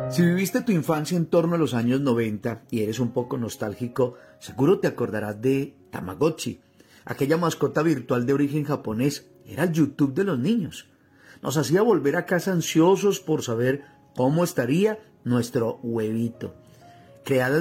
Si viviste tu infancia en torno a los años 90 y eres un poco nostálgico, seguro te acordarás de Tamagotchi, aquella mascota virtual de origen japonés. Era el YouTube de los niños. Nos hacía volver a casa ansiosos por saber cómo estaría nuestro huevito. Creada en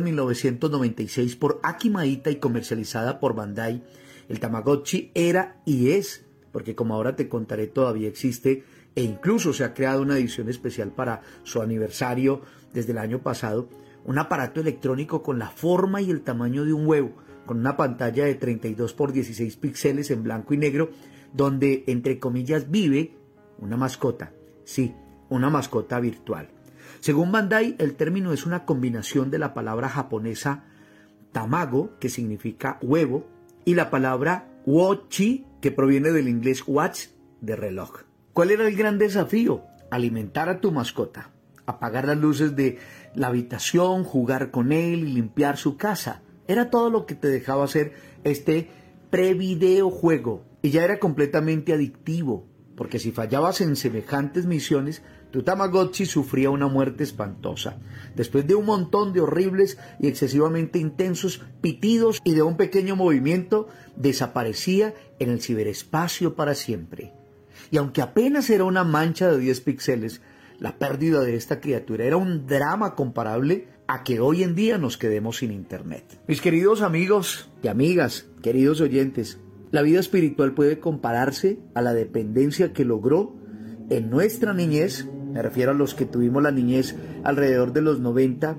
1996 por Aki Maita y comercializada por Bandai, el Tamagotchi era y es, porque como ahora te contaré todavía existe, e incluso se ha creado una edición especial para su aniversario desde el año pasado, un aparato electrónico con la forma y el tamaño de un huevo, con una pantalla de 32 por 16 píxeles en blanco y negro, donde, entre comillas, vive una mascota. Sí, una mascota virtual. Según Bandai, el término es una combinación de la palabra japonesa tamago, que significa huevo, y la palabra wochi, que proviene del inglés watch, de reloj. ¿Cuál era el gran desafío? Alimentar a tu mascota, apagar las luces de la habitación, jugar con él y limpiar su casa. Era todo lo que te dejaba hacer este pre-videojuego. Y ya era completamente adictivo, porque si fallabas en semejantes misiones, tu Tamagotchi sufría una muerte espantosa. Después de un montón de horribles y excesivamente intensos pitidos y de un pequeño movimiento, desaparecía en el ciberespacio para siempre. Y aunque apenas era una mancha de 10 píxeles, la pérdida de esta criatura era un drama comparable a que hoy en día nos quedemos sin internet. Mis queridos amigos y amigas, queridos oyentes, la vida espiritual puede compararse a la dependencia que logró en nuestra niñez, me refiero a los que tuvimos la niñez alrededor de los 90,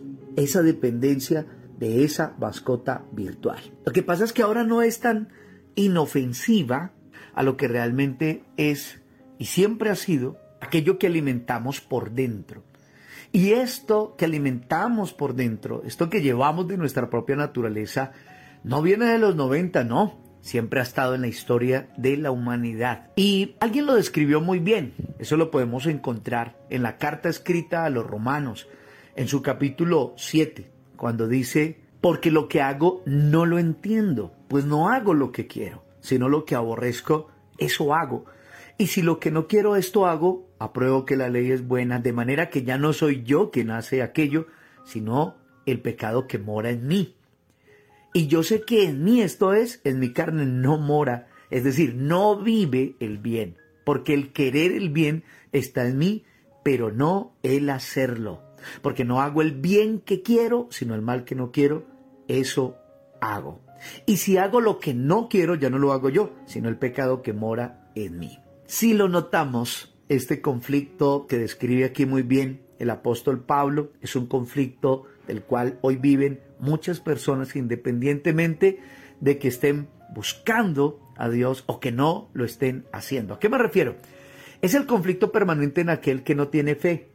esa dependencia de esa mascota virtual. Lo que pasa es que ahora no es tan inofensiva a lo que realmente es y siempre ha sido aquello que alimentamos por dentro. Y esto que alimentamos por dentro, esto que llevamos de nuestra propia naturaleza, no viene de los 90, no. Siempre ha estado en la historia de la humanidad. Y alguien lo describió muy bien. Eso lo podemos encontrar en la carta escrita a los Romanos, en su capítulo 7, cuando dice: porque lo que hago no lo entiendo, pues no hago lo que quiero, sino lo que aborrezco, eso hago. Y si lo que no quiero esto hago, apruebo que la ley es buena, de manera que ya no soy yo quien hace aquello, sino el pecado que mora en mí. Y yo sé que en mí, esto es, en mi carne no mora, es decir, no vive el bien, porque el querer el bien está en mí, pero no el hacerlo. Porque no hago el bien que quiero, sino el mal que no quiero, eso hago. Y si hago lo que no quiero, ya no lo hago yo, sino el pecado que mora en mí. Si lo notamos, este conflicto que describe aquí muy bien el apóstol Pablo es un conflicto del cual hoy viven muchas personas independientemente de que estén buscando a Dios o que no lo estén haciendo. ¿A qué me refiero? Es el conflicto permanente en aquel que no tiene fe.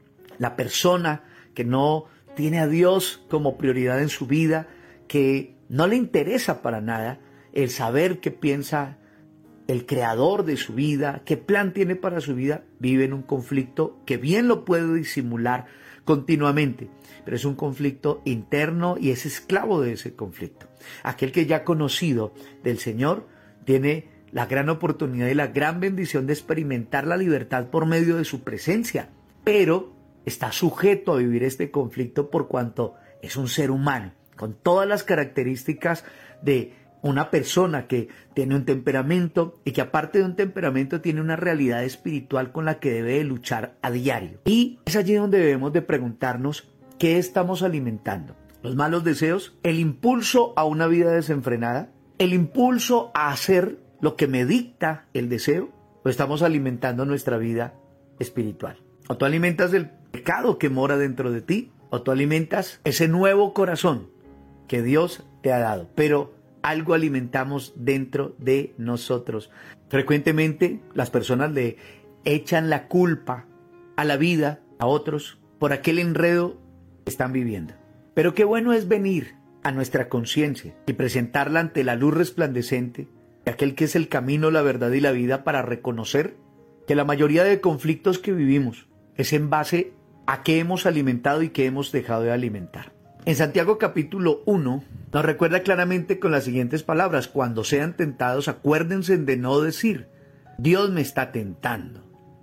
La persona que no tiene a Dios como prioridad en su vida, que no le interesa para nada el saber qué piensa el creador de su vida, qué plan tiene para su vida, vive en un conflicto que bien lo puede disimular continuamente, pero es un conflicto interno y es esclavo de ese conflicto. Aquel que ya ha conocido del Señor tiene la gran oportunidad y la gran bendición de experimentar la libertad por medio de su presencia, pero está sujeto a vivir este conflicto por cuanto es un ser humano, con todas las características de una persona que tiene un temperamento y que aparte de un temperamento tiene una realidad espiritual con la que debe de luchar a diario. Y es allí donde debemos de preguntarnos qué estamos alimentando. Los malos deseos, el impulso a una vida desenfrenada, el impulso a hacer lo que me dicta el deseo, o estamos alimentando nuestra vida espiritual. O tú alimentas el pecado que mora dentro de ti, o tú alimentas ese nuevo corazón que Dios te ha dado, pero algo alimentamos dentro de nosotros. Frecuentemente las personas le echan la culpa a la vida, a otros, por aquel enredo que están viviendo. Pero qué bueno es venir a nuestra conciencia y presentarla ante la luz resplandecente de aquel que es el camino, la verdad y la vida, para reconocer que la mayoría de conflictos que vivimos es en base a qué hemos alimentado y qué hemos dejado de alimentar. En Santiago capítulo 1 nos recuerda claramente con las siguientes palabras: cuando sean tentados, acuérdense de no decir, Dios me está tentando.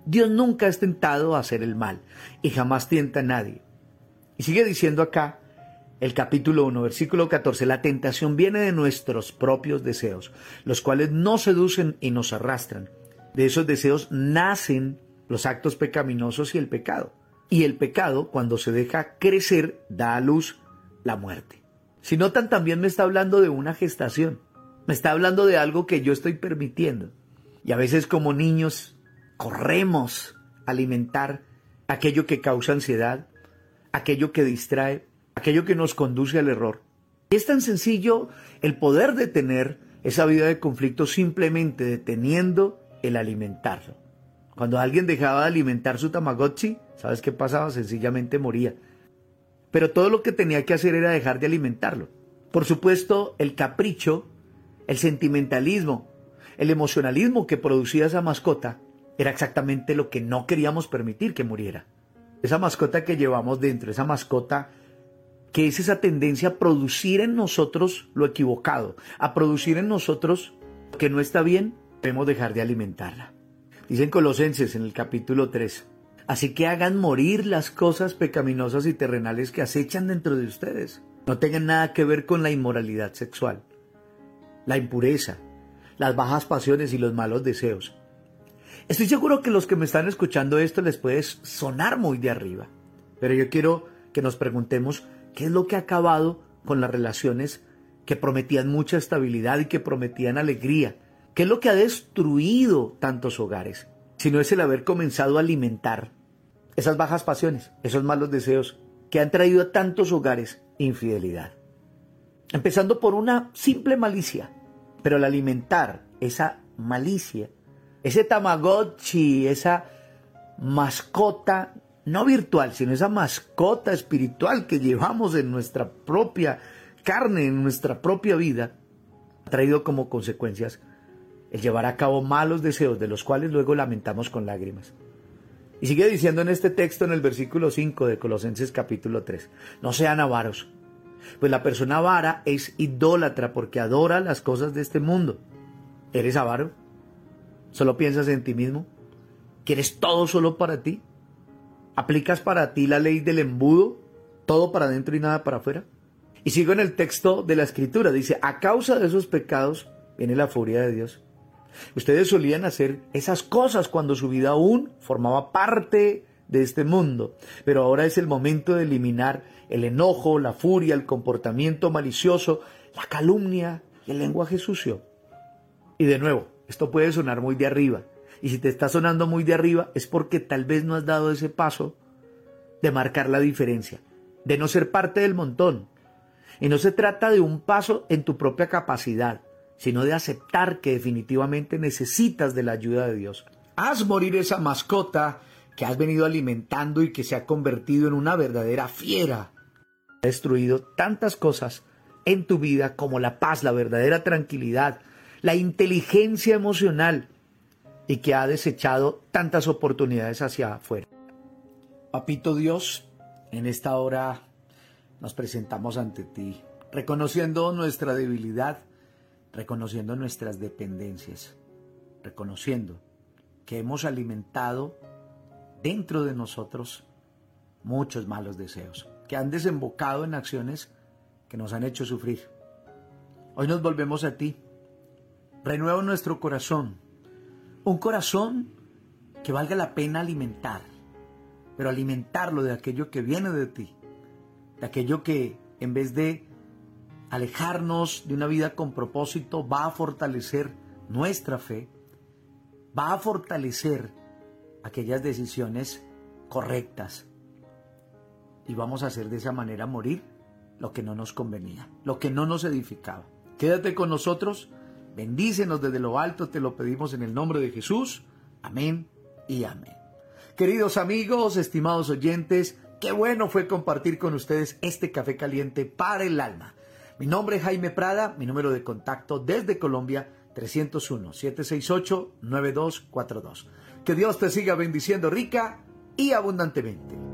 Dios nunca es tentado a hacer el mal y jamás tienta a nadie. Y sigue diciendo acá el capítulo 1, versículo 14, la tentación viene de nuestros propios deseos, los cuales nos seducen y nos arrastran. De esos deseos nacen los actos pecaminosos y el pecado. Y el pecado, cuando se deja crecer, da a luz la muerte. Si notan, también me está hablando de una gestación. Me está hablando de algo que yo estoy permitiendo. Y a veces como niños corremos a alimentar aquello que causa ansiedad, aquello que distrae, aquello que nos conduce al error. Y es tan sencillo el poder detener esa vida de conflicto simplemente deteniendo el alimentarlo. Cuando alguien dejaba de alimentar su Tamagotchi, ¿sabes qué pasaba? Sencillamente moría. Pero todo lo que tenía que hacer era dejar de alimentarlo. Por supuesto, el capricho, el sentimentalismo, el emocionalismo que producía esa mascota era exactamente lo que no queríamos permitir que muriera. Esa mascota que llevamos dentro, esa mascota que es esa tendencia a producir en nosotros lo equivocado, a producir en nosotros lo que no está bien, debemos dejar de alimentarla. Dicen Colosenses en el capítulo 3, así que hagan morir las cosas pecaminosas y terrenales que acechan dentro de ustedes. No tengan nada que ver con la inmoralidad sexual, la impureza, las bajas pasiones y los malos deseos. Estoy seguro que los que me están escuchando esto les puede sonar muy de arriba, pero yo quiero que nos preguntemos qué es lo que ha acabado con las relaciones que prometían mucha estabilidad y que prometían alegría. ¿Qué es lo que ha destruido tantos hogares? Si no es el haber comenzado a alimentar esas bajas pasiones, esos malos deseos que han traído a tantos hogares infidelidad. Empezando por una simple malicia, pero al alimentar esa malicia, ese Tamagotchi, esa mascota no virtual, sino esa mascota espiritual que llevamos en nuestra propia carne, en nuestra propia vida, ha traído como consecuencias el llevar a cabo malos deseos de los cuales luego lamentamos con lágrimas. Y sigue diciendo en este texto, en el versículo 5 de Colosenses capítulo 3, no sean avaros, pues la persona avara es idólatra porque adora las cosas de este mundo. ¿Eres avaro? ¿Solo piensas en ti mismo? ¿Quieres todo solo para ti? ¿Aplicas para ti la ley del embudo? ¿Todo para adentro y nada para afuera? Y sigo en el texto de la Escritura, dice, a causa de esos pecados viene la furia de Dios. Ustedes solían hacer esas cosas cuando su vida aún formaba parte de este mundo, pero ahora es el momento de eliminar el enojo, la furia, el comportamiento malicioso, la calumnia y el lenguaje sucio. Y de nuevo, esto puede sonar muy de arriba, y si te está sonando muy de arriba es porque tal vez no has dado ese paso de marcar la diferencia, de no ser parte del montón. Y no se trata de un paso en tu propia capacidad, sino de aceptar que definitivamente necesitas de la ayuda de Dios. Haz morir esa mascota que has venido alimentando y que se ha convertido en una verdadera fiera. Ha destruido tantas cosas en tu vida como la paz, la verdadera tranquilidad, la inteligencia emocional y que ha desechado tantas oportunidades hacia afuera. Papito Dios, en esta hora nos presentamos ante ti, reconociendo nuestra debilidad, reconociendo nuestras dependencias, reconociendo que hemos alimentado dentro de nosotros muchos malos deseos, que han desembocado en acciones que nos han hecho sufrir. Hoy nos volvemos a ti. Renueva nuestro corazón, un corazón que valga la pena alimentar, pero alimentarlo de aquello que viene de ti, de aquello que en vez de alejarnos de una vida con propósito va a fortalecer nuestra fe, va a fortalecer aquellas decisiones correctas y vamos a hacer de esa manera morir lo que no nos convenía, lo que no nos edificaba. Quédate con nosotros, bendícenos desde lo alto, te lo pedimos en el nombre de Jesús. Amén y amén. Queridos amigos, estimados oyentes, qué bueno fue compartir con ustedes este café caliente para el alma. Mi nombre es Jaime Prada, mi número de contacto desde Colombia, 301-768-9242. Que Dios te siga bendiciendo rica y abundantemente.